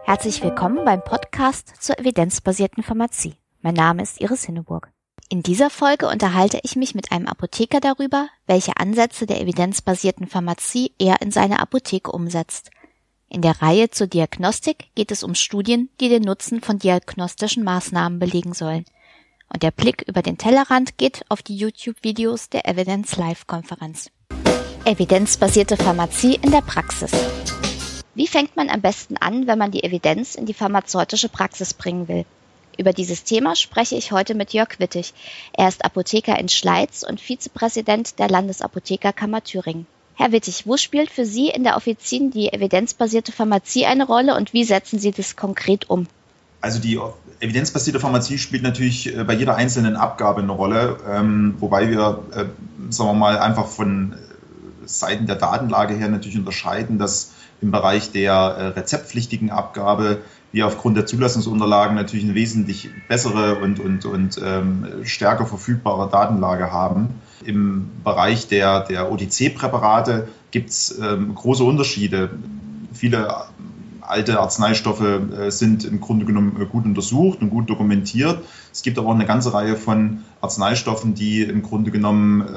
Herzlich willkommen beim Podcast zur evidenzbasierten Pharmazie. Mein Name ist Iris Hinneburg. In dieser Folge unterhalte ich mich mit einem Apotheker darüber, welche Ansätze der evidenzbasierten Pharmazie er in seine Apotheke umsetzt. In der Reihe zur Diagnostik geht es um Studien, die den Nutzen von diagnostischen Maßnahmen belegen sollen. Und der Blick über den Tellerrand geht auf die YouTube-Videos der Evidence Live-Konferenz. Evidenzbasierte Pharmazie in der Praxis. Wie fängt man am besten an, wenn man die Evidenz in die pharmazeutische Praxis bringen will? Über dieses Thema spreche ich heute mit Jörg Wittig. Er ist Apotheker in Schleiz und Vizepräsident der Landesapothekerkammer Thüringen. Herr Wittig, wo spielt für Sie in der Offizin die evidenzbasierte Pharmazie eine Rolle und wie setzen Sie das konkret um? Also die evidenzbasierte Pharmazie spielt natürlich bei jeder einzelnen Abgabe eine Rolle, wobei wir, sagen wir mal, einfach von Seiten der Datenlage her natürlich unterscheiden, dass im Bereich der rezeptpflichtigen Abgabe wir aufgrund der Zulassungsunterlagen natürlich eine wesentlich bessere und stärker verfügbare Datenlage haben. Im Bereich der OTC-Präparate gibt es große Unterschiede. Viele alte Arzneistoffe sind im Grunde genommen gut untersucht und gut dokumentiert. Es gibt aber auch eine ganze Reihe von Arzneistoffen, die im Grunde genommen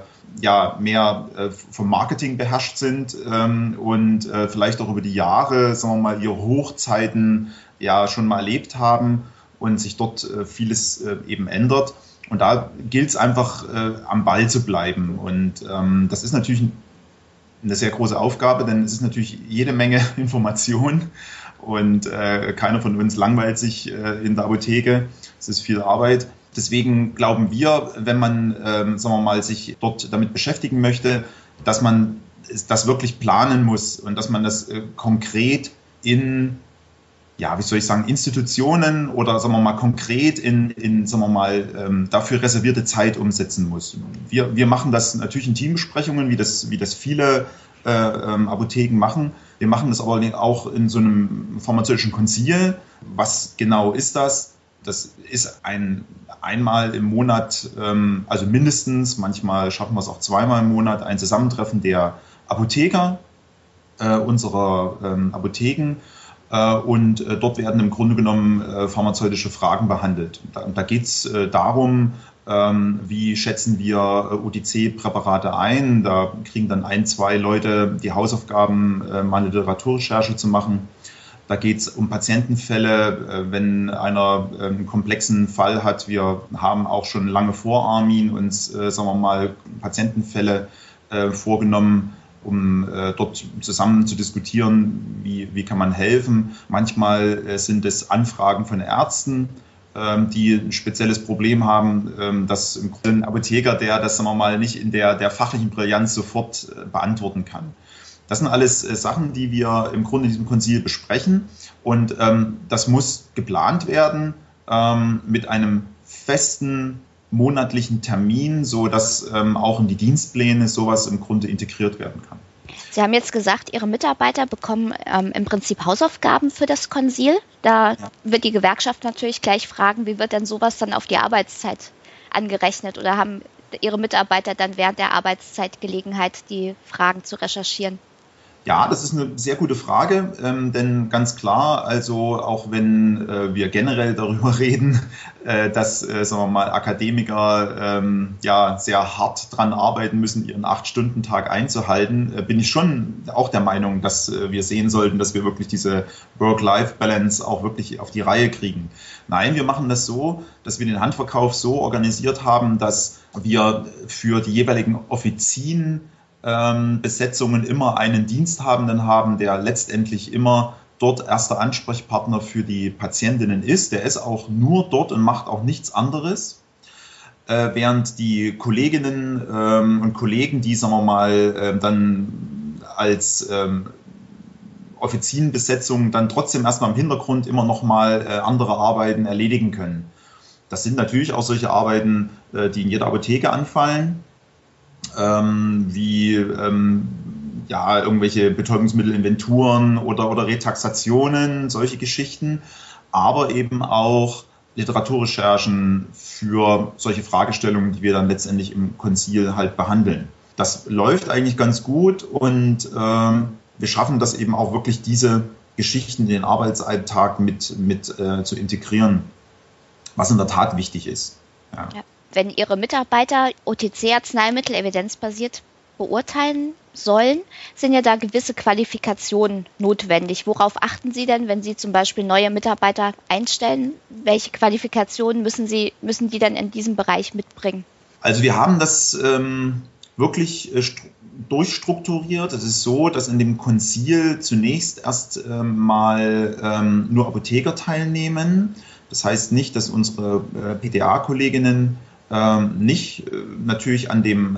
mehr vom Marketing beherrscht sind und vielleicht auch über die Jahre, sagen wir mal, ihre Hochzeiten ja schon mal erlebt haben und sich dort vieles eben ändert. Und da gilt es einfach, am Ball zu bleiben. Und das ist natürlich eine sehr große Aufgabe, denn es ist natürlich jede Menge Information und keiner von uns langweilt sich in der Apotheke. Es ist viel Arbeit. Deswegen glauben wir, wenn man, sagen wir mal, sich dort damit beschäftigen möchte, dass man das wirklich planen muss und dass man das konkret in, Institutionen oder, sagen wir mal, konkret in sagen wir mal, dafür reservierte Zeit umsetzen muss. Wir machen das natürlich in Teambesprechungen, wie das viele Apotheken machen. Wir machen das aber auch in so einem pharmazeutischen Konzil. Was genau ist das? Das ist einmal im Monat, also mindestens, manchmal schaffen wir es auch zweimal im Monat, ein Zusammentreffen der Apotheker unserer Apotheken. Und dort werden im Grunde genommen pharmazeutische Fragen behandelt. Da geht es darum, wie schätzen wir OTC-Präparate ein. Da kriegen dann 1-2 Leute die Hausaufgaben, mal eine Literaturrecherche zu machen. Da geht es um Patientenfälle, wenn einer einen komplexen Fall hat. Wir haben auch schon lange vor Armin uns, sagen wir mal, Patientenfälle vorgenommen, um dort zusammen zu diskutieren, wie kann man helfen. Manchmal sind es Anfragen von Ärzten, die ein spezielles Problem haben, dass ein Apotheker, der das, sagen wir mal, nicht in der fachlichen Brillanz sofort beantworten kann. Das sind alles Sachen, die wir im Grunde in diesem Konzil besprechen und das muss geplant werden mit einem festen monatlichen Termin, so dass auch in die Dienstpläne sowas im Grunde integriert werden kann. Sie haben jetzt gesagt, Ihre Mitarbeiter bekommen im Prinzip Hausaufgaben für das Konzil. Da wird die Gewerkschaft natürlich gleich fragen, wie wird denn sowas dann auf die Arbeitszeit angerechnet oder haben Ihre Mitarbeiter dann während der Arbeitszeit Gelegenheit, die Fragen zu recherchieren? Ja, das ist eine sehr gute Frage, denn ganz klar, also auch wenn wir generell darüber reden, dass, sagen wir mal, Akademiker sehr hart dran arbeiten müssen, ihren 8-Stunden-Tag einzuhalten, bin ich schon auch der Meinung, dass wir sehen sollten, dass wir wirklich diese Work-Life-Balance auch wirklich auf die Reihe kriegen. Nein, wir machen das so, dass wir den Handverkauf so organisiert haben, dass wir für die jeweiligen Offizien Besetzungen immer einen Diensthabenden haben, der letztendlich immer dort erster Ansprechpartner für die Patientinnen ist. Der ist auch nur dort und macht auch nichts anderes. Während die Kolleginnen und Kollegen, die, sagen wir mal, dann als Offizienbesetzung dann trotzdem erstmal im Hintergrund immer noch mal andere Arbeiten erledigen können. Das sind natürlich auch solche Arbeiten, die in jeder Apotheke anfallen. Wie irgendwelche Betäubungsmittelinventuren oder Retaxationen, solche Geschichten, aber eben auch Literaturrecherchen für solche Fragestellungen, die wir dann letztendlich im Konzil halt behandeln. Das läuft eigentlich ganz gut und wir schaffen das eben auch wirklich, diese Geschichten in den Arbeitsalltag mit zu integrieren, was in der Tat wichtig ist. Ja. Ja. Wenn Ihre Mitarbeiter OTC-Arzneimittel evidenzbasiert beurteilen sollen, sind ja da gewisse Qualifikationen notwendig. Worauf achten Sie denn, wenn Sie zum Beispiel neue Mitarbeiter einstellen? Welche Qualifikationen müssen die dann in diesem Bereich mitbringen? Also wir haben das wirklich durchstrukturiert. Es ist so, dass in dem Konzil zunächst erst mal nur Apotheker teilnehmen. Das heißt nicht, dass unsere PTA-Kolleginnen nicht natürlich an dem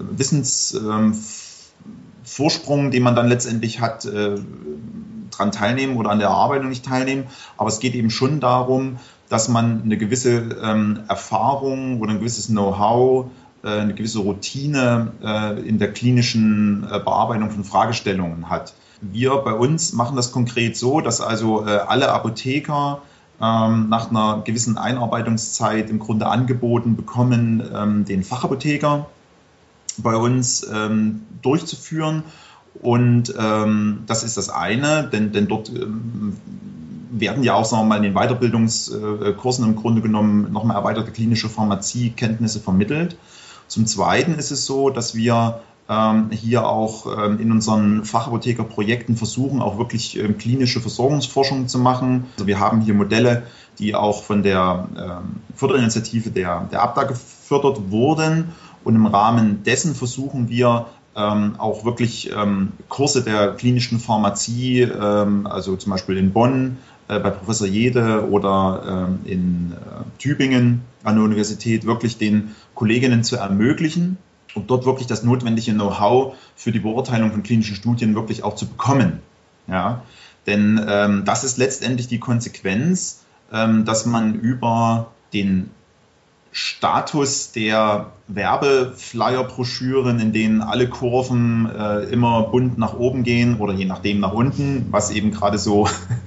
Wissensvorsprung, den man dann letztendlich hat, dran teilnehmen oder an der Erarbeitung nicht teilnehmen. Aber es geht eben schon darum, dass man eine gewisse Erfahrung oder ein gewisses Know-how, eine gewisse Routine in der klinischen Bearbeitung von Fragestellungen hat. Wir bei uns machen das konkret so, dass also alle Apotheker nach einer gewissen Einarbeitungszeit im Grunde angeboten bekommen, den Fachapotheker bei uns durchzuführen. Und das ist das eine, denn dort werden ja auch, sagen wir mal, in den Weiterbildungskursen im Grunde genommen nochmal erweiterte klinische Pharmaziekenntnisse vermittelt. Zum Zweiten ist es so, dass wir hier auch in unseren Fachapothekerprojekten versuchen, auch wirklich klinische Versorgungsforschung zu machen. Also wir haben hier Modelle, die auch von der Förderinitiative der ABDA gefördert wurden. Und im Rahmen dessen versuchen wir auch wirklich Kurse der klinischen Pharmazie, also zum Beispiel in Bonn bei Professor Jede oder in Tübingen an der Universität, wirklich den Kolleginnen zu ermöglichen, um dort wirklich das notwendige Know-how für die Beurteilung von klinischen Studien wirklich auch zu bekommen. Ja? Denn das ist letztendlich die Konsequenz, dass man über den Status der Werbeflyer-Broschüren, in denen alle Kurven immer bunt nach oben gehen oder je nachdem nach unten, was eben gerade so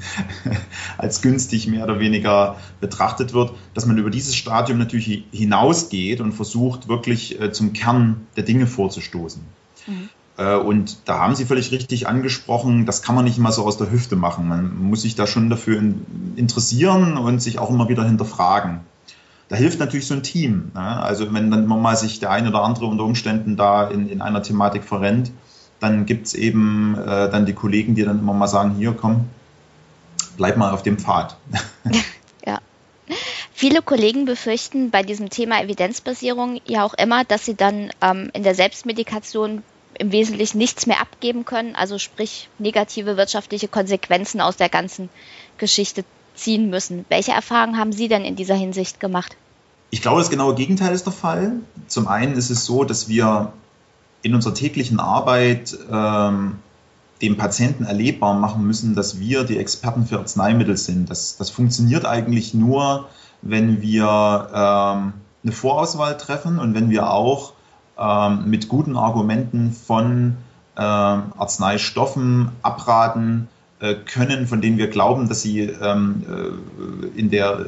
als günstig mehr oder weniger betrachtet wird, dass man über dieses Stadium natürlich hinausgeht und versucht, wirklich zum Kern der Dinge vorzustoßen. Mhm. Und da haben Sie völlig richtig angesprochen, das kann man nicht immer so aus der Hüfte machen. Man muss sich da schon dafür interessieren und sich auch immer wieder hinterfragen. Da hilft natürlich so ein Team. Ne? Also wenn dann immer mal sich der eine oder andere unter Umständen da in einer Thematik verrennt, dann gibt es eben dann die Kollegen, die dann immer mal sagen, hier komm, bleib mal auf dem Pfad. Ja. Viele Kollegen befürchten bei diesem Thema Evidenzbasierung ja auch immer, dass sie dann in der Selbstmedikation im Wesentlichen nichts mehr abgeben können, also sprich negative wirtschaftliche Konsequenzen aus der ganzen Geschichte ziehen müssen. Welche Erfahrungen haben Sie denn in dieser Hinsicht gemacht? Ich glaube, das genaue Gegenteil ist der Fall. Zum einen ist es so, dass wir in unserer täglichen Arbeit dem Patienten erlebbar machen müssen, dass wir die Experten für Arzneimittel sind. Das funktioniert eigentlich nur, wenn wir eine Vorauswahl treffen und wenn wir auch mit guten Argumenten von Arzneistoffen abraten können, von denen wir glauben, dass sie in der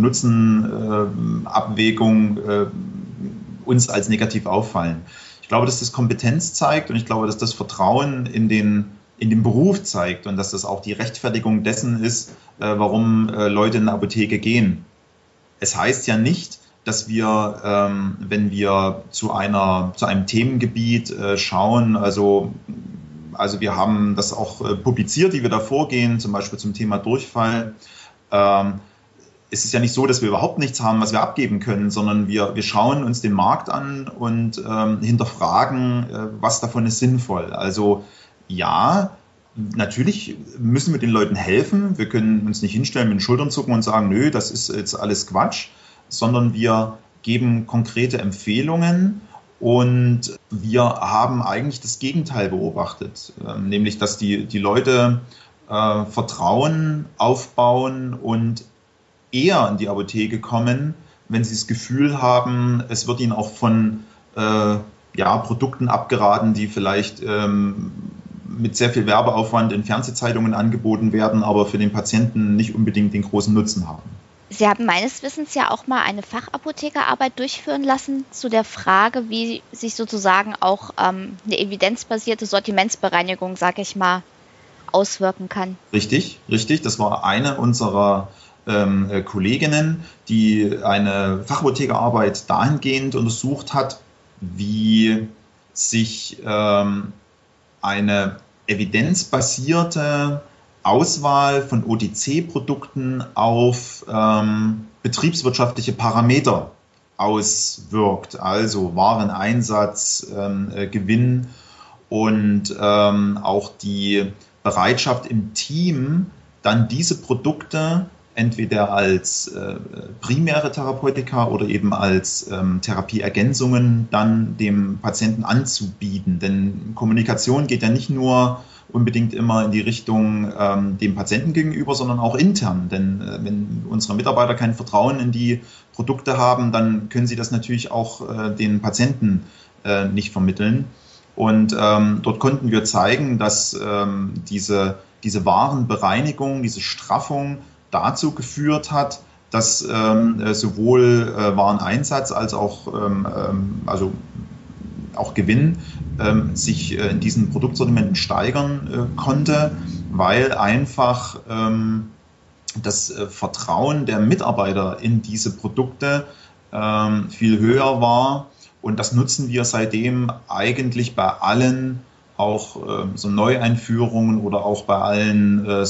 Risiko-Nutzen-Abwägung uns als negativ auffallen. Ich glaube, dass das Kompetenz zeigt und ich glaube, dass das Vertrauen in den Beruf zeigt und dass das auch die Rechtfertigung dessen ist, warum Leute in eine Apotheke gehen. Es heißt ja nicht, dass wir, wenn wir zu einem Themengebiet schauen, also wir haben das auch publiziert, wie wir da vorgehen, zum Beispiel zum Thema Durchfall. Es ist ja nicht so, dass wir überhaupt nichts haben, was wir abgeben können, sondern wir schauen uns den Markt an und hinterfragen, was davon ist sinnvoll. Also ja, natürlich müssen wir den Leuten helfen. Wir können uns nicht hinstellen, mit den Schultern zucken und sagen, nö, das ist jetzt alles Quatsch, sondern wir geben konkrete Empfehlungen. Und wir haben eigentlich das Gegenteil beobachtet, nämlich dass die Leute Vertrauen aufbauen und eher in die Apotheke kommen, wenn sie das Gefühl haben, es wird ihnen auch von Produkten abgeraten, die vielleicht mit sehr viel Werbeaufwand in Fernsehzeitungen angeboten werden, aber für den Patienten nicht unbedingt den großen Nutzen haben. Sie haben meines Wissens ja auch mal eine Fachapothekerarbeit durchführen lassen zu der Frage, wie sich sozusagen auch eine evidenzbasierte Sortimentsbereinigung, sage ich mal, auswirken kann. Richtig. Das war eine unserer Kolleginnen, die eine Fachapothekerarbeit dahingehend untersucht hat, wie sich eine evidenzbasierte Auswahl von OTC-Produkten auf betriebswirtschaftliche Parameter auswirkt, also Wareneinsatz, Gewinn und auch die Bereitschaft im Team, dann diese Produkte entweder als primäre Therapeutika oder eben als Therapieergänzungen dann dem Patienten anzubieten. Denn Kommunikation geht ja nicht nur unbedingt immer in die Richtung dem Patienten gegenüber, sondern auch intern. Denn wenn unsere Mitarbeiter kein Vertrauen in die Produkte haben, dann können sie das natürlich auch den Patienten nicht vermitteln. Und dort konnten wir zeigen, dass diese Warenbereinigung, diese Straffung dazu geführt hat, dass sowohl Wareneinsatz als auch Gewinn sich in diesen Produktsortimenten steigern konnte, weil einfach das Vertrauen der Mitarbeiter in diese Produkte viel höher war. Und das nutzen wir seitdem eigentlich bei allen auch so Neueinführungen oder auch bei allen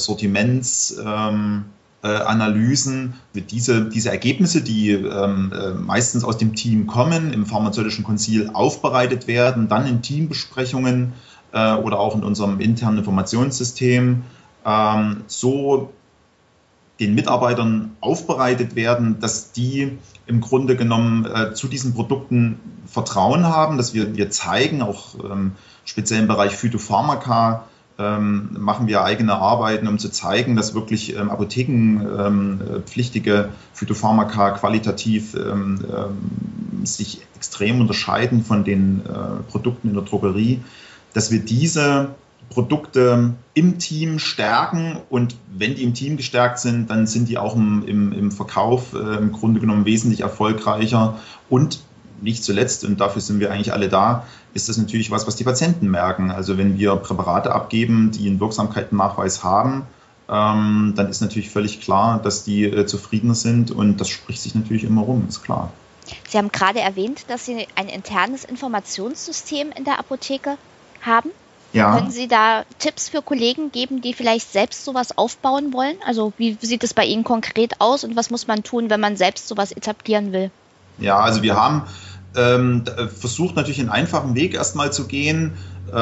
Sortimentsanalysen. Diese Ergebnisse, die meistens aus dem Team kommen, im pharmazeutischen Konzil aufbereitet werden, dann in Teambesprechungen oder auch in unserem internen Informationssystem so den Mitarbeitern aufbereitet werden, dass die im Grunde genommen zu diesen Produkten Vertrauen haben, dass wir zeigen, auch speziell im Bereich Phytopharmaka machen wir eigene Arbeiten, um zu zeigen, dass wirklich apothekenpflichtige Phytopharmaka qualitativ sich extrem unterscheiden von den Produkten in der Drogerie, dass wir diese Produkte im Team stärken, und wenn die im Team gestärkt sind, dann sind die auch im Verkauf im Grunde genommen wesentlich erfolgreicher. Und nicht zuletzt, und dafür sind wir eigentlich alle da, ist das natürlich was die Patienten merken. Also wenn wir Präparate abgeben, die einen Wirksamkeitsnachweis haben, dann ist natürlich völlig klar, dass die zufriedener sind, und das spricht sich natürlich immer rum, ist klar. Sie haben gerade erwähnt, dass Sie ein internes Informationssystem in der Apotheke haben. Ja. Können Sie da Tipps für Kollegen geben, die vielleicht selbst sowas aufbauen wollen? Also wie sieht es bei Ihnen konkret aus und was muss man tun, wenn man selbst sowas etablieren will? Ja, also wir haben versucht natürlich einen einfachen Weg erstmal zu gehen.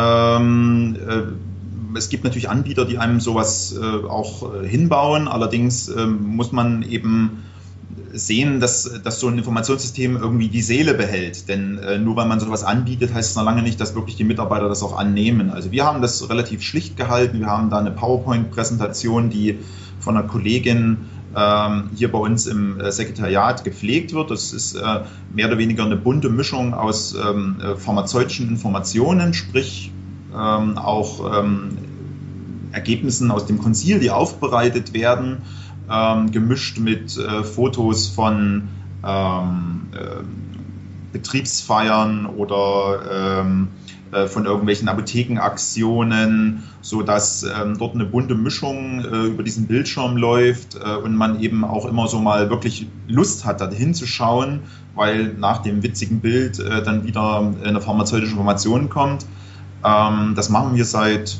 Es gibt natürlich Anbieter, die einem sowas auch hinbauen. Allerdings muss man eben sehen, dass so ein Informationssystem irgendwie die Seele behält. Denn nur weil man sowas anbietet, heißt es noch lange nicht, dass wirklich die Mitarbeiter das auch annehmen. Also wir haben das relativ schlicht gehalten. Wir haben da eine PowerPoint-Präsentation, die von einer Kollegin hier bei uns im Sekretariat gepflegt wird. Das ist mehr oder weniger eine bunte Mischung aus pharmazeutischen Informationen, sprich auch Ergebnissen aus dem Konzil, die aufbereitet werden, gemischt mit Fotos von Betriebsfeiern oder von irgendwelchen Apothekenaktionen, sodass dort eine bunte Mischung über diesen Bildschirm läuft und man eben auch immer so mal wirklich Lust hat, da hinzuschauen, weil nach dem witzigen Bild dann wieder eine pharmazeutische Information kommt. Das machen wir seit,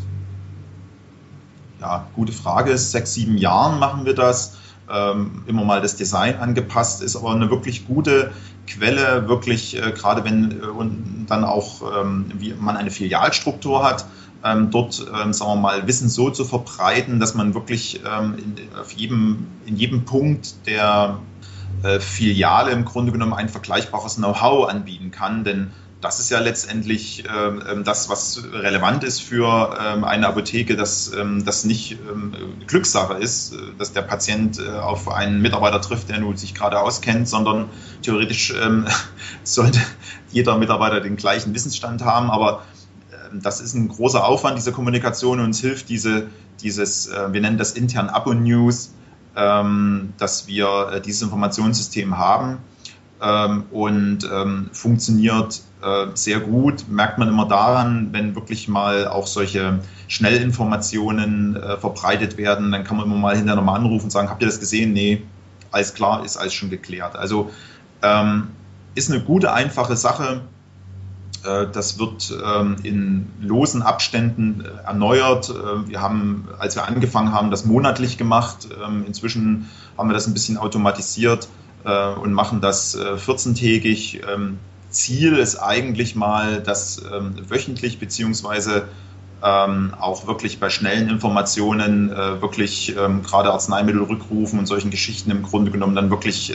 gute Frage, 6-7 Jahren machen wir das. Immer mal das Design angepasst, ist aber eine wirklich gute Quelle, wirklich gerade wenn und dann auch wie man eine Filialstruktur hat, dort sagen wir mal Wissen so zu verbreiten, dass man wirklich in jedem Punkt der Filiale im Grunde genommen ein vergleichbares Know-how anbieten kann, denn das ist ja letztendlich das, was relevant ist für eine Apotheke, dass das nicht Glückssache ist, dass der Patient auf einen Mitarbeiter trifft, der nun sich gerade auskennt, sondern theoretisch sollte jeder Mitarbeiter den gleichen Wissensstand haben. Aber das ist ein großer Aufwand, diese Kommunikation, und uns hilft dieses, wir nennen das intern Abo-News, dass wir dieses Informationssystem haben. und funktioniert sehr gut. Merkt man immer daran, wenn wirklich mal auch solche Schnellinformationen verbreitet werden, dann kann man immer mal hinterher nochmal anrufen und sagen, habt ihr das gesehen? Nee, alles klar, ist alles schon geklärt. Also ist eine gute, einfache Sache. Das wird in losen Abständen erneuert. Wir haben, als wir angefangen haben, das monatlich gemacht. Inzwischen haben wir das ein bisschen automatisiert und machen das 14-tägig. Ziel ist eigentlich mal, das wöchentlich beziehungsweise auch wirklich bei schnellen Informationen wirklich gerade Arzneimittelrückrufen und solchen Geschichten im Grunde genommen dann wirklich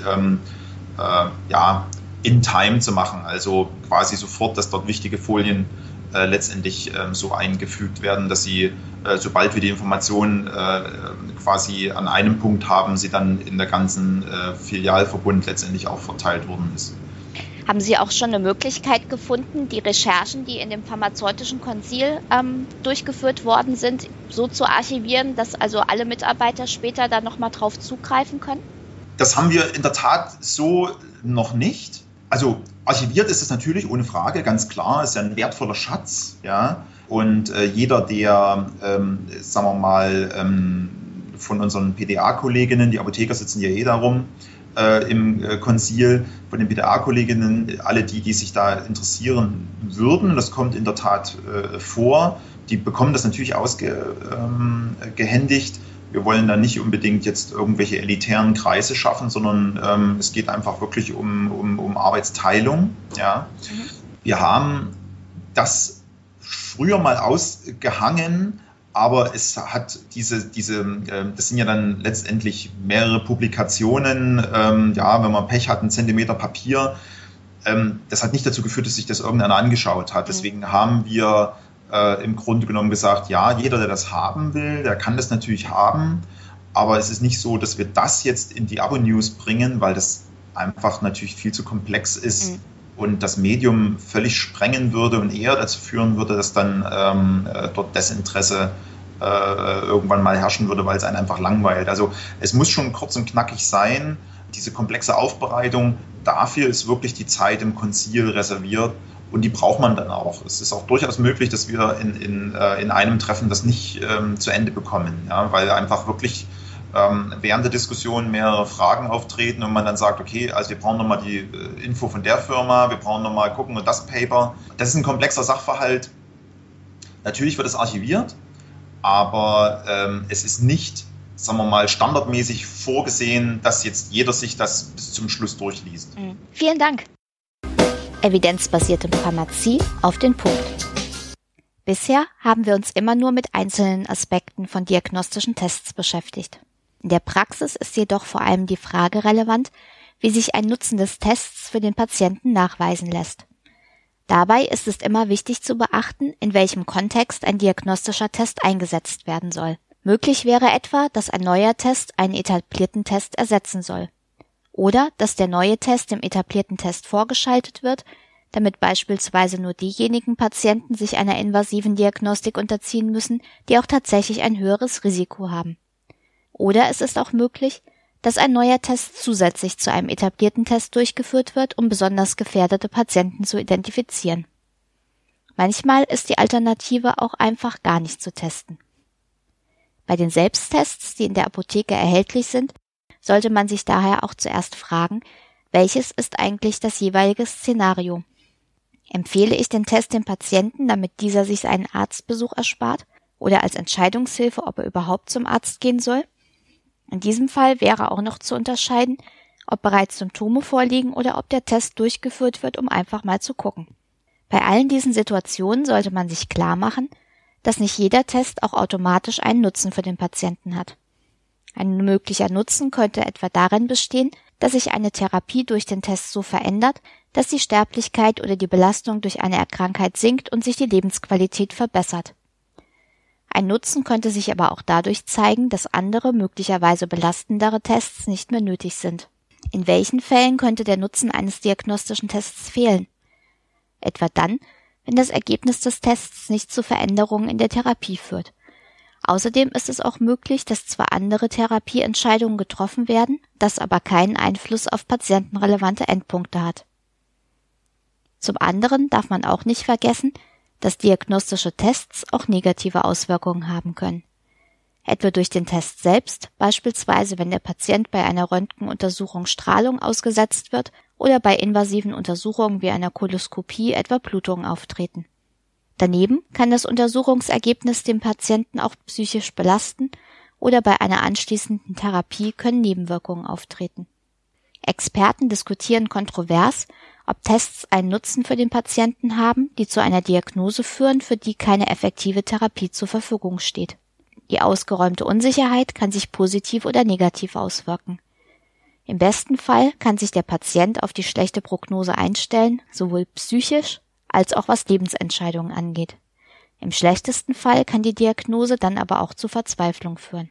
in time zu machen, also quasi sofort, dass dort wichtige Folien letztendlich so eingefügt werden, dass sie, sobald wir die Informationen quasi an einem Punkt haben, sie dann in der ganzen Filialverbund letztendlich auch verteilt worden ist. Haben Sie auch schon eine Möglichkeit gefunden, die Recherchen, die in dem pharmazeutischen Konzil durchgeführt worden sind, so zu archivieren, dass also alle Mitarbeiter später da nochmal drauf zugreifen können? Das haben wir in der Tat so noch nicht. Also archiviert ist es natürlich ohne Frage, ganz klar, ist ja ein wertvoller Schatz, ja. Und jeder, der, sagen wir mal, von unseren PDA-Kolleginnen, die Apotheker sitzen ja darum, im Konzil, von den PDA-Kolleginnen, alle die sich da interessieren würden, das kommt in der Tat vor, die bekommen das natürlich ausgehändigt. Wir wollen da nicht unbedingt jetzt irgendwelche elitären Kreise schaffen, sondern es geht einfach wirklich um Arbeitsteilung. Ja. Wir haben das früher mal ausgehangen, aber es hat das sind ja dann letztendlich mehrere Publikationen, wenn man Pech hat, 1 Zentimeter Papier. Das hat nicht dazu geführt, dass sich das irgendeiner angeschaut hat. Deswegen haben wir im Grunde genommen gesagt, ja, jeder, der das haben will, der kann das natürlich haben, aber es ist nicht so, dass wir das jetzt in die Abo-News bringen, weil das einfach natürlich viel zu komplex ist und das Medium völlig sprengen würde und eher dazu führen würde, dass dann dort Desinteresse irgendwann mal herrschen würde, weil es einen einfach langweilt. Also es muss schon kurz und knackig sein, diese komplexe Aufbereitung, dafür ist wirklich die Zeit im Konzil reserviert. Und die braucht man dann auch. Es ist auch durchaus möglich, dass wir in einem Treffen das nicht zu Ende bekommen, ja, weil einfach wirklich während der Diskussion mehrere Fragen auftreten und man dann sagt, okay, also wir brauchen nochmal die Info von der Firma, wir brauchen nochmal gucken und das Paper. Das ist ein komplexer Sachverhalt. Natürlich wird es archiviert, aber es ist nicht, sagen wir mal, standardmäßig vorgesehen, dass jetzt jeder sich das bis zum Schluss durchliest. Vielen Dank. Evidenzbasierte Pharmazie auf den Punkt. Bisher haben wir uns immer nur mit einzelnen Aspekten von diagnostischen Tests beschäftigt. In der Praxis ist jedoch vor allem die Frage relevant, wie sich ein Nutzen des Tests für den Patienten nachweisen lässt. Dabei ist es immer wichtig zu beachten, in welchem Kontext ein diagnostischer Test eingesetzt werden soll. Möglich wäre etwa, dass ein neuer Test einen etablierten Test ersetzen soll. Oder dass der neue Test dem etablierten Test vorgeschaltet wird, damit beispielsweise nur diejenigen Patienten sich einer invasiven Diagnostik unterziehen müssen, die auch tatsächlich ein höheres Risiko haben. Oder es ist auch möglich, dass ein neuer Test zusätzlich zu einem etablierten Test durchgeführt wird, um besonders gefährdete Patienten zu identifizieren. Manchmal ist die Alternative auch einfach gar nicht zu testen. Bei den Selbsttests, die in der Apotheke erhältlich sind, sollte man sich daher auch zuerst fragen, welches ist eigentlich das jeweilige Szenario? Empfehle ich den Test dem Patienten, damit dieser sich einen Arztbesuch erspart, oder als Entscheidungshilfe, ob er überhaupt zum Arzt gehen soll? In diesem Fall wäre auch noch zu unterscheiden, ob bereits Symptome vorliegen oder ob der Test durchgeführt wird, um einfach mal zu gucken. Bei allen diesen Situationen sollte man sich klar machen, dass nicht jeder Test auch automatisch einen Nutzen für den Patienten hat. Ein möglicher Nutzen könnte etwa darin bestehen, dass sich eine Therapie durch den Test so verändert, dass die Sterblichkeit oder die Belastung durch eine Krankheit sinkt und sich die Lebensqualität verbessert. Ein Nutzen könnte sich aber auch dadurch zeigen, dass andere, möglicherweise belastendere Tests nicht mehr nötig sind. In welchen Fällen könnte der Nutzen eines diagnostischen Tests fehlen? Etwa dann, wenn das Ergebnis des Tests nicht zu Veränderungen in der Therapie führt. Außerdem ist es auch möglich, dass zwar andere Therapieentscheidungen getroffen werden, das aber keinen Einfluss auf patientenrelevante Endpunkte hat. Zum anderen darf man auch nicht vergessen, dass diagnostische Tests auch negative Auswirkungen haben können. Etwa durch den Test selbst, beispielsweise wenn der Patient bei einer Röntgenuntersuchung Strahlung ausgesetzt wird oder bei invasiven Untersuchungen wie einer Koloskopie etwa Blutungen auftreten. Daneben kann das Untersuchungsergebnis den Patienten auch psychisch belasten oder bei einer anschließenden Therapie können Nebenwirkungen auftreten. Experten diskutieren kontrovers, ob Tests einen Nutzen für den Patienten haben, die zu einer Diagnose führen, für die keine effektive Therapie zur Verfügung steht. Die ausgeräumte Unsicherheit kann sich positiv oder negativ auswirken. Im besten Fall kann sich der Patient auf die schlechte Prognose einstellen, sowohl psychisch als auch was Lebensentscheidungen angeht. Im schlechtesten Fall kann die Diagnose dann aber auch zu Verzweiflung führen.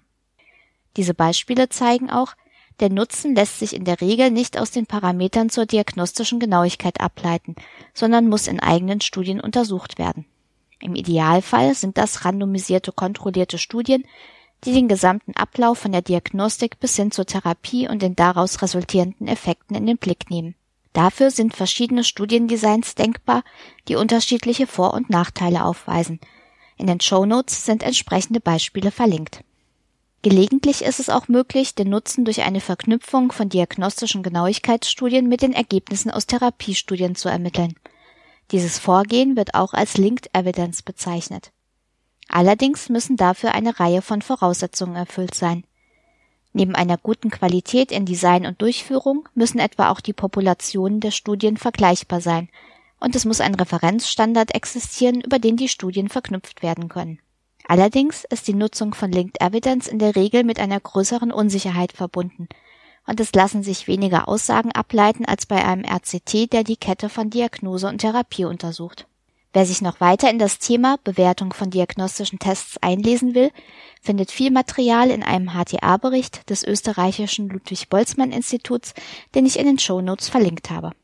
Diese Beispiele zeigen auch, der Nutzen lässt sich in der Regel nicht aus den Parametern zur diagnostischen Genauigkeit ableiten, sondern muss in eigenen Studien untersucht werden. Im Idealfall sind das randomisierte, kontrollierte Studien, die den gesamten Ablauf von der Diagnostik bis hin zur Therapie und den daraus resultierenden Effekten in den Blick nehmen. Dafür sind verschiedene Studiendesigns denkbar, die unterschiedliche Vor- und Nachteile aufweisen. In den Shownotes sind entsprechende Beispiele verlinkt. Gelegentlich ist es auch möglich, den Nutzen durch eine Verknüpfung von diagnostischen Genauigkeitsstudien mit den Ergebnissen aus Therapiestudien zu ermitteln. Dieses Vorgehen wird auch als Linked Evidence bezeichnet. Allerdings müssen dafür eine Reihe von Voraussetzungen erfüllt sein. Neben einer guten Qualität in Design und Durchführung müssen etwa auch die Populationen der Studien vergleichbar sein und es muss ein Referenzstandard existieren, über den die Studien verknüpft werden können. Allerdings ist die Nutzung von Linked Evidence in der Regel mit einer größeren Unsicherheit verbunden und es lassen sich weniger Aussagen ableiten als bei einem RCT, der die Kette von Diagnose und Therapie untersucht. Wer sich noch weiter in das Thema Bewertung von diagnostischen Tests einlesen will, findet viel Material in einem HTA-Bericht des österreichischen Ludwig-Boltzmann-Instituts, den ich in den Shownotes verlinkt habe.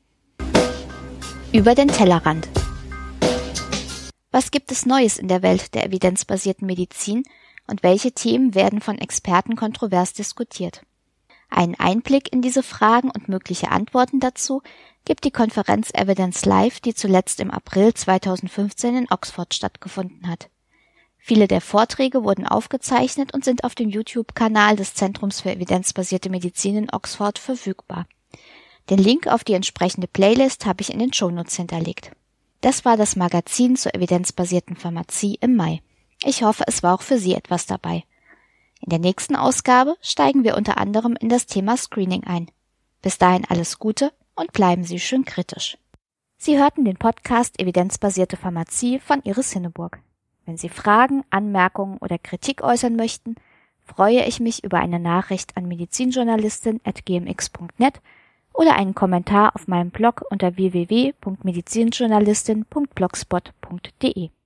Über den Tellerrand. Was gibt es Neues in der Welt der evidenzbasierten Medizin und welche Themen werden von Experten kontrovers diskutiert? Einen Einblick in diese Fragen und mögliche Antworten dazu gibt die Konferenz Evidence Live, die zuletzt im April 2015 in Oxford stattgefunden hat. Viele der Vorträge wurden aufgezeichnet und sind auf dem YouTube-Kanal des Zentrums für evidenzbasierte Medizin in Oxford verfügbar. Den Link auf die entsprechende Playlist habe ich in den Shownotes hinterlegt. Das war das Magazin zur evidenzbasierten Pharmazie im Mai. Ich hoffe, es war auch für Sie etwas dabei. In der nächsten Ausgabe steigen wir unter anderem in das Thema Screening ein. Bis dahin alles Gute und bleiben Sie schön kritisch. Sie hörten den Podcast Evidenzbasierte Pharmazie von Iris Hinneburg. Wenn Sie Fragen, Anmerkungen oder Kritik äußern möchten, freue ich mich über eine Nachricht an medizinjournalistin@gmx.net oder einen Kommentar auf meinem Blog unter www.medizinjournalistin.blogspot.de.